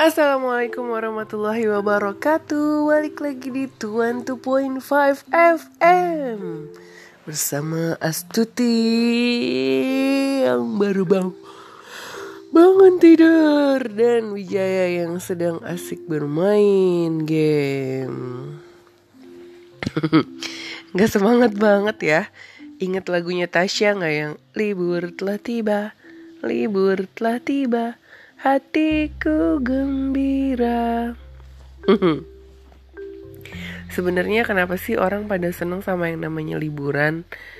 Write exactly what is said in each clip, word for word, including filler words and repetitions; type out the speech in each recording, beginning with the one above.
Assalamualaikum warahmatullahi wabarakatuh. Balik lagi di dua puluh dua koma lima F M bersama Astuti yang baru bang bangun tidur dan Wijaya yang sedang asik bermain game. Gak semangat banget ya. Ingat lagunya Tasya gak yang libur telah tiba, libur telah tiba, hatiku gembira. Sebenarnya kenapa sih orang pada seneng sama yang namanya liburan?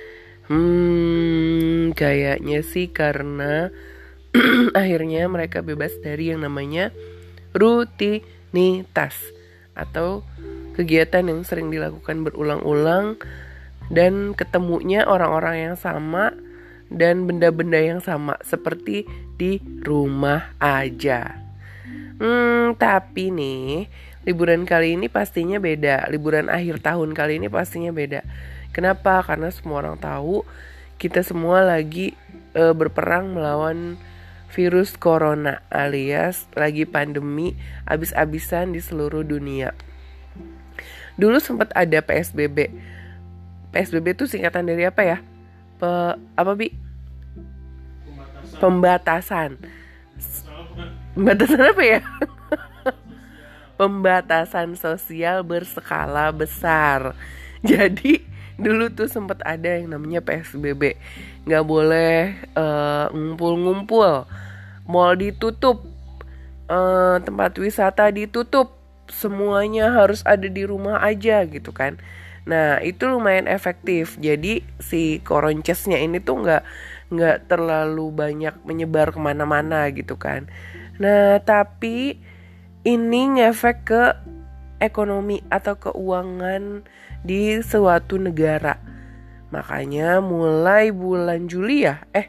Hmm, kayaknya sih karena akhirnya mereka bebas dari yang namanya rutinitas atau kegiatan yang sering dilakukan berulang-ulang dan ketemunya orang-orang yang sama dan benda-benda yang sama seperti di rumah aja. Hmm, tapi nih liburan kali ini pastinya beda. Liburan akhir tahun kali ini pastinya beda. Kenapa? Karena semua orang tahu kita semua lagi e, berperang melawan virus corona alias lagi pandemi abis-abisan di seluruh dunia. Dulu sempat ada P S B B. P S B B itu singkatan dari apa ya? Pe, apa bi? Pembatasan. Pembatasan apa ya? Pembatasan sosial berskala besar. Jadi dulu tuh sempat ada yang namanya P S B B. Gak boleh uh, ngumpul-ngumpul. Mall ditutup. Uh, tempat wisata ditutup. Semuanya harus ada di rumah aja gitu kan. Nah itu lumayan efektif. Jadi si koroncesnya ini tuh gak, gak terlalu banyak menyebar kemana-mana gitu kan. Nah tapi ini ngefek ke ekonomi atau keuangan di suatu negara. Makanya mulai bulan Juli ya Eh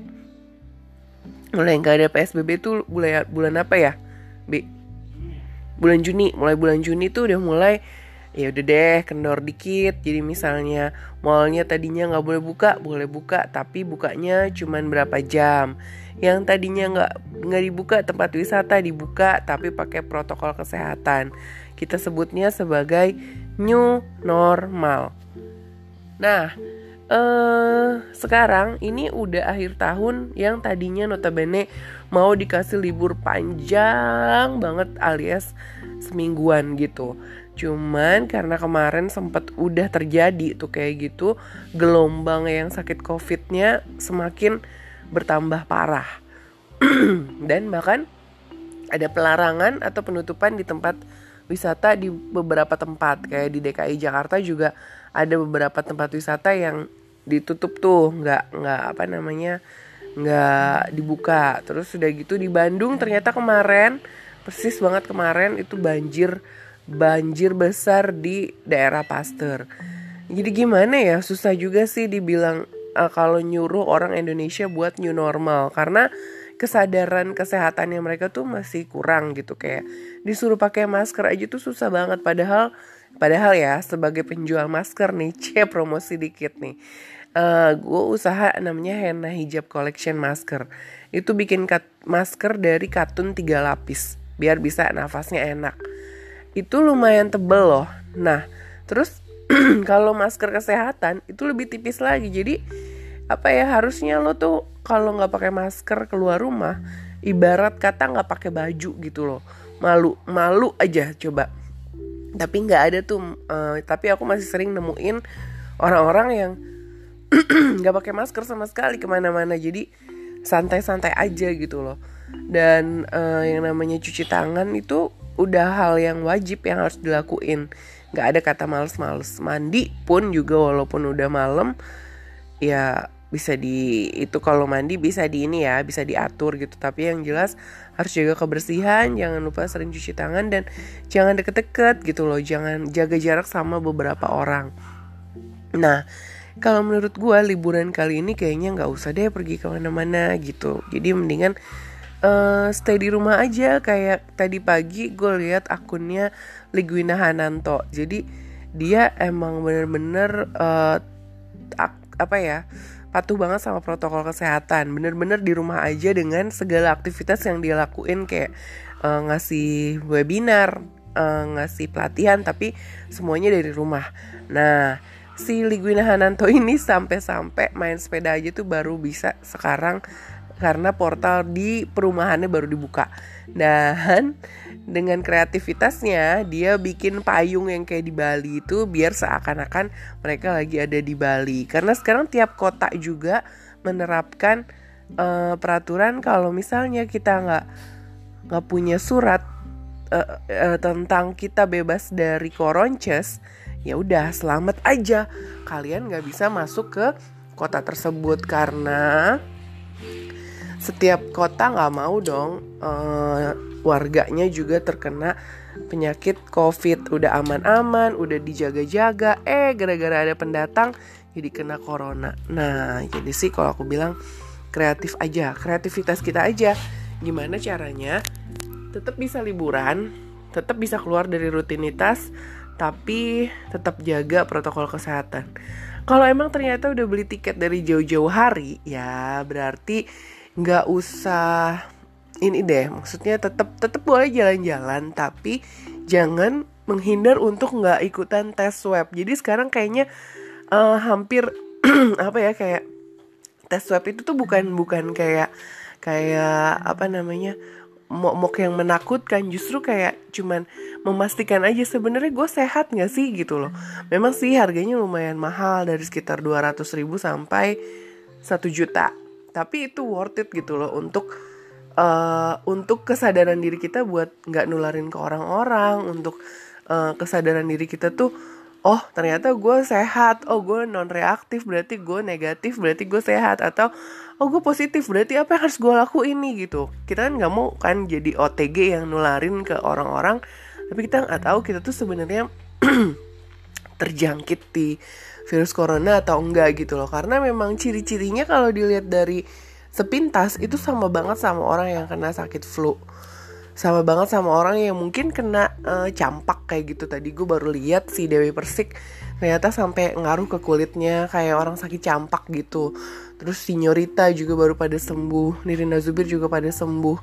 mulai gak ada P S B B tuh bulan, bulan apa ya Bi? Bulan Juni. Mulai bulan Juni tuh udah mulai ya udah deh kendor dikit. Jadi misalnya mallnya tadinya nggak boleh buka, boleh buka tapi bukanya cuman berapa jam. Yang tadinya nggak nggak dibuka, tempat wisata dibuka tapi pakai protokol kesehatan. Kita sebutnya sebagai new normal. Nah eh, sekarang ini udah akhir tahun yang tadinya notabene mau dikasih libur panjang banget alias semingguan gitu. Cuman karena kemarin sempat udah terjadi tuh kayak gitu, gelombang yang sakit covidnya semakin bertambah parah. Dan bahkan ada pelarangan atau penutupan di tempat wisata di beberapa tempat. Kayak di D K I Jakarta juga ada beberapa tempat wisata yang ditutup tuh, nggak nggak apa namanya nggak dibuka. Terus udah gitu di Bandung ternyata kemarin persis banget kemarin itu banjir banjir besar di daerah Pasteur. Jadi gimana ya, susah juga sih dibilang uh, kalau nyuruh orang Indonesia buat new normal karena kesadaran kesehatannya mereka tuh masih kurang gitu. Kayak disuruh pakai masker aja tuh susah banget. Padahal padahal ya sebagai penjual masker nih, cie promosi dikit nih. Uh, gue usaha namanya Henna Hijab Collection Masker. Itu bikin kat- masker dari katun tiga lapis biar bisa nafasnya enak. Itu lumayan tebel loh. Nah terus kalau masker kesehatan itu lebih tipis lagi. Jadi apa ya, harusnya lo tuh kalau nggak pakai masker keluar rumah ibarat kata nggak pakai baju gitu loh. Malu malu aja coba. Tapi nggak ada tuh. Uh, tapi aku masih sering nemuin orang-orang yang nggak pakai masker sama sekali kemana-mana. Jadi santai-santai aja gitu loh. Dan uh, yang namanya cuci tangan itu udah hal yang wajib yang harus dilakuin. Gak ada kata males-males. Mandi pun juga walaupun udah malam ya bisa di itu kalau mandi bisa di ini ya, bisa diatur gitu. Tapi yang jelas harus jaga kebersihan, jangan lupa sering cuci tangan dan jangan deket-deket gitu loh. Jangan jaga jarak sama beberapa orang. Nah kalau menurut gue liburan kali ini kayaknya gak usah deh pergi kemana-mana gitu. Jadi mendingan Uh, stay di rumah aja. Kayak tadi pagi gue lihat akunnya Ligwina Hananto. Jadi dia emang bener-bener uh, ak- apa ya patuh banget sama protokol kesehatan. Bener-bener di rumah aja dengan segala aktivitas yang dia lakuin. Kayak uh, ngasih webinar, uh, ngasih pelatihan, tapi semuanya dari rumah. Nah, si Liguina Hananto ini sampai-sampai main sepeda aja tuh baru bisa sekarang karena portal di perumahannya baru dibuka. Dan dengan kreativitasnya dia bikin payung yang kayak di Bali itu biar seakan-akan mereka lagi ada di Bali. Karena sekarang tiap kota juga menerapkan uh, peraturan kalau misalnya kita nggak nggak punya surat uh, uh, tentang kita bebas dari koronces, ya udah selamat aja, kalian nggak bisa masuk ke kota tersebut. Karena setiap kota nggak mau dong uh, warganya juga terkena penyakit COVID. Udah aman-aman, udah dijaga-jaga, eh gara-gara ada pendatang jadi kena corona. Nah, jadi sih kalau aku bilang kreatif aja, kreativitas kita aja. Gimana caranya tetap bisa liburan, tetap bisa keluar dari rutinitas, tapi tetap jaga protokol kesehatan. Kalau emang ternyata udah beli tiket dari jauh-jauh hari, ya berarti nggak usah ini deh. Maksudnya tetap tetap boleh jalan-jalan, tapi jangan menghindar untuk nggak ikutan tes swab. Jadi sekarang kayaknya uh, hampir apa ya kayak tes swab itu tuh bukan bukan kayak kayak apa namanya mok-mok yang menakutkan, justru kayak cuman memastikan aja sebenarnya gue sehat nggak sih gitu loh. Memang sih harganya lumayan mahal, dari sekitar dua ratus ribu sampai satu juta, tapi itu worth it gitu loh untuk uh, untuk kesadaran diri kita buat nggak nularin ke orang-orang, untuk uh, kesadaran diri kita tuh oh ternyata gue sehat, oh gue non reaktif berarti gue negatif, berarti gue sehat, atau oh gue positif berarti apa yang harus gue lakuin nih gitu. Kita kan nggak mau kan jadi O T G yang nularin ke orang-orang, tapi kita nggak tahu kita tuh sebenarnya terjangkit di virus corona atau enggak gitu loh. Karena memang ciri-cirinya kalau dilihat dari sepintas itu sama banget sama orang yang kena sakit flu, sama banget sama orang yang mungkin kena uh, campak kayak gitu. Tadi gue baru lihat si Dewi Persik ternyata sampai ngaruh ke kulitnya kayak orang sakit campak gitu. Terus si Nyorita juga baru pada sembuh, Nirina Zubir juga pada sembuh.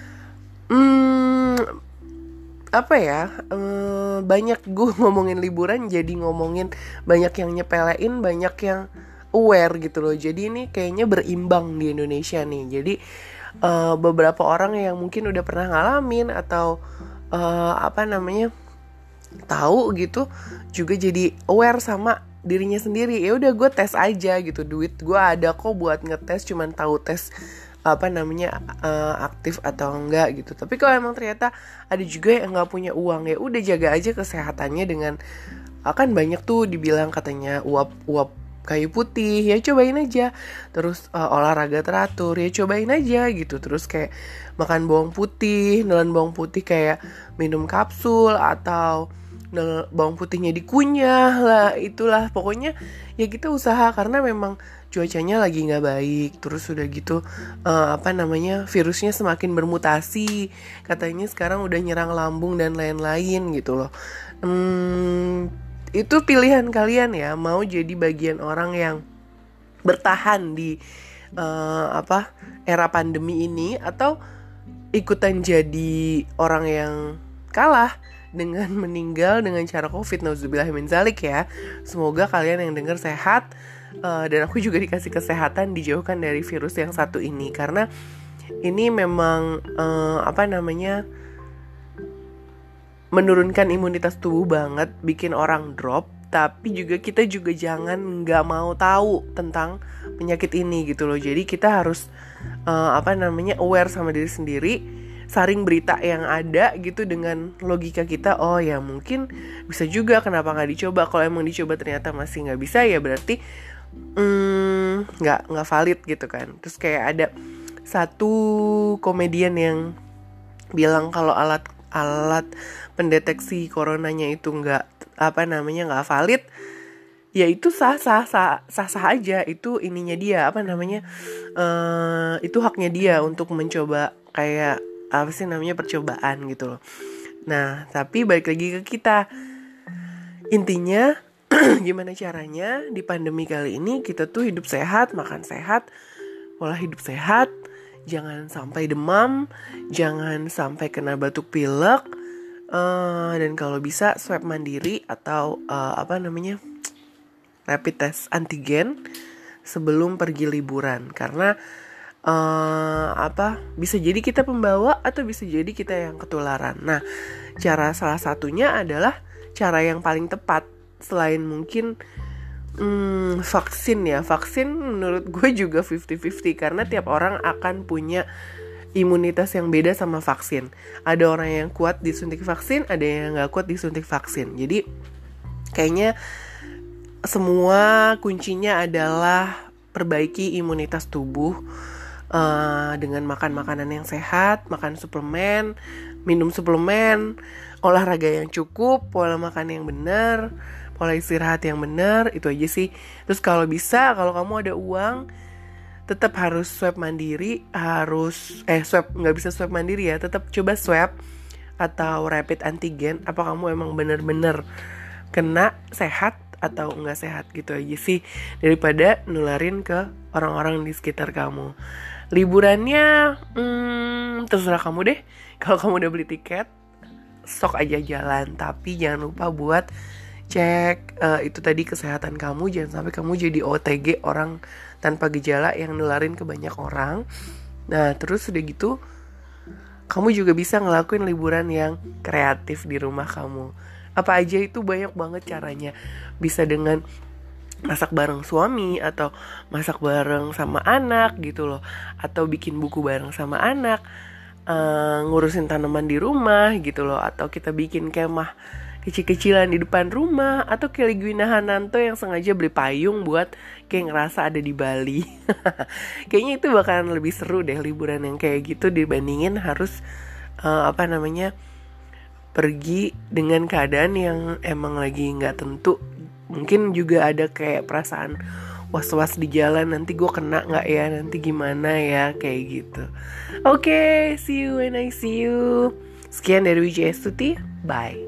Hmm, apa ya? Uh, banyak gue ngomongin liburan jadi ngomongin banyak yang nyepelein, banyak yang aware gitu loh. Jadi ini kayaknya berimbang di Indonesia nih. Jadi uh, beberapa orang yang mungkin udah pernah ngalamin atau uh, apa namanya tahu gitu juga jadi aware sama dirinya sendiri. Ya udah gue tes aja gitu, duit gue ada kok buat ngetes, cuman tahu tes apa namanya uh, aktif atau enggak gitu. Tapi kalau emang ternyata ada juga yang nggak punya uang, ya udah jaga aja kesehatannya dengan akan banyak tuh dibilang katanya uap uap kayu putih, ya cobain aja. Terus uh, olahraga teratur, ya cobain aja gitu. Terus kayak makan bawang putih, nelan bawang putih kayak minum kapsul, atau bawang putihnya dikunyah lah, itulah pokoknya ya kita usaha. Karena memang cuacanya lagi nggak baik, terus udah gitu uh, apa namanya virusnya semakin bermutasi, katanya sekarang udah nyerang lambung dan lain-lain gitu loh. hmm, itu pilihan kalian ya, mau jadi bagian orang yang bertahan di uh, apa era pandemi ini, atau ikutan jadi orang yang kalah dengan meninggal dengan cara COVID. Nauzubillah min zalik ya. Semoga kalian yang dengar sehat, uh, dan aku juga dikasih kesehatan, dijauhkan dari virus yang satu ini. Karena ini memang uh, apa namanya menurunkan imunitas tubuh banget, bikin orang drop. Tapi juga kita juga jangan nggak mau tahu tentang penyakit ini gitu loh. Jadi kita harus uh, apa namanya aware sama diri sendiri, saring berita yang ada gitu dengan logika kita. Oh ya mungkin bisa juga, kenapa nggak dicoba? Kalau emang dicoba ternyata masih nggak bisa, ya berarti hmm, nggak nggak valid gitu kan. Terus kayak ada satu komedian yang bilang kalau alat alat pendeteksi coronanya itu nggak apa namanya nggak valid, ya itu sah sah sah sah sah aja. Itu ininya dia apa namanya uh, itu haknya dia untuk mencoba, kayak apa sih namanya percobaan gitu loh. Nah tapi balik lagi ke kita, intinya gimana caranya di pandemi kali ini kita tuh hidup sehat, makan sehat, pola hidup sehat, jangan sampai demam, jangan sampai kena batuk pilek, uh, dan kalau bisa swab mandiri atau uh, apa namanya rapid test antigen sebelum pergi liburan, karena uh, apa bisa jadi kita pembawa atau bisa jadi kita yang ketularan. Nah, cara salah satunya adalah cara yang paling tepat selain mungkin Hmm, vaksin ya. Vaksin menurut gue juga fifty-fifty karena tiap orang akan punya imunitas yang beda sama vaksin. Ada orang yang kuat disuntik vaksin, ada yang gak kuat disuntik vaksin. Jadi kayaknya semua kuncinya adalah perbaiki imunitas tubuh uh, dengan makan makanan yang sehat, makan suplemen, minum suplemen, olahraga yang cukup, pola makan yang benar, pola istirahat yang benar, itu aja sih. Terus kalau bisa, kalau kamu ada uang, tetap harus swab mandiri, harus eh swab nggak bisa swab mandiri ya, tetap coba swab atau rapid antigen. Apa kamu emang benar-benar kena sehat atau nggak sehat, gitu aja sih, daripada nularin ke orang-orang di sekitar kamu. Liburannya, hmm, terserah kamu deh. Kalau kamu udah beli tiket, sok aja jalan, tapi jangan lupa buat cek uh, itu tadi kesehatan kamu, jangan sampai kamu jadi O T G, orang tanpa gejala yang nularin ke banyak orang. Nah, terus udah gitu kamu juga bisa ngelakuin liburan yang kreatif di rumah kamu. Apa aja itu banyak banget caranya. Bisa dengan masak bareng suami, atau masak bareng sama anak gitu loh, atau bikin buku bareng sama anak, uh, ngurusin tanaman di rumah gitu loh, atau kita bikin kemah kecil-kecilan di depan rumah, atau kayak Ligwina Hananto yang sengaja beli payung buat kayak ngerasa ada di Bali. Kayaknya itu bakalan lebih seru deh liburan yang kayak gitu dibandingin harus uh, apa namanya pergi dengan keadaan yang emang lagi nggak tentu. Mungkin juga ada kayak perasaan was-was di jalan, nanti gue kena nggak ya, nanti gimana ya, kayak gitu. Oke, okay, see you when I see you. Sekian dari Wijaya Stuti, bye.